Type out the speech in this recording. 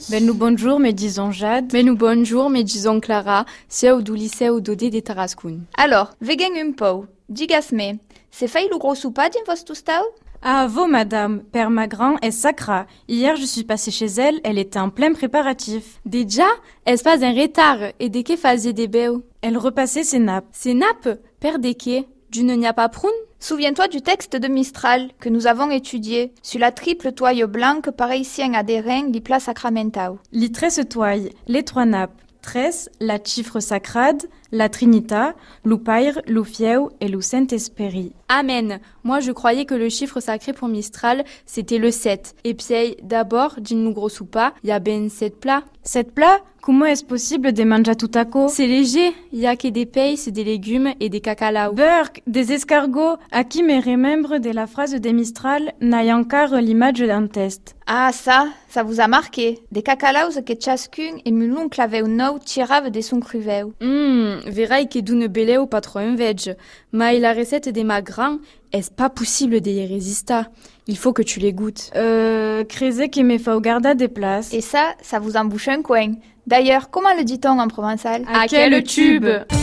Ben nous bonjour, me disons Jade. Ben nous bonjour, me disons Clara, siau du liceu Dodé de Tarascun. Alors, vegen un pou. Digas-me, se fai lo gros soupa din vostre stau? Ah, vous, madame, Père Magran est sacra. Hier, je suis passée chez elle, elle était en plein préparatif. Déjà, est-ce pas un retard, et de que faisait des beaux? Elle repassait ses nappes. Ses nappes? Père de que? Du ne n'y a pas proun? Souviens-toi du texte de Mistral que nous avons étudié sur la triple toile blanche pareillant à des reins li pla sacramentau. Li tresse toile, les trois nappes. Tresse, la chifre sacrade, la Trinita, l'Upaire, l'Ufieu et le Saint-Esprit. Amen. Moi, je croyais que le chiffre sacré pour Mistral, c'était le 7. Et puis, d'abord, dis-nous gros soupa, y a ben 7 plats. 7 plats? Comment est-ce possible de manger tout à coup? C'est léger. Y a que des pêches, des légumes et des cacalaos. Burk, des escargots. À qui me remembre de la phrase de Mistral, n'a encore l'image d'un test. Ah, ça vous a marqué. Des cacalaos que chacun et mon oncle avait nou tirave de son cruveu. Verrai que d'une beleu pas trop un veg. Mais la recette des magrans, est-ce pas possible de y résister? Il faut que tu les goûtes. Crezé qui me faut garder des places. Et ça vous embouche un coin. D'ailleurs, comment le dit-on en provençal? À quel tube?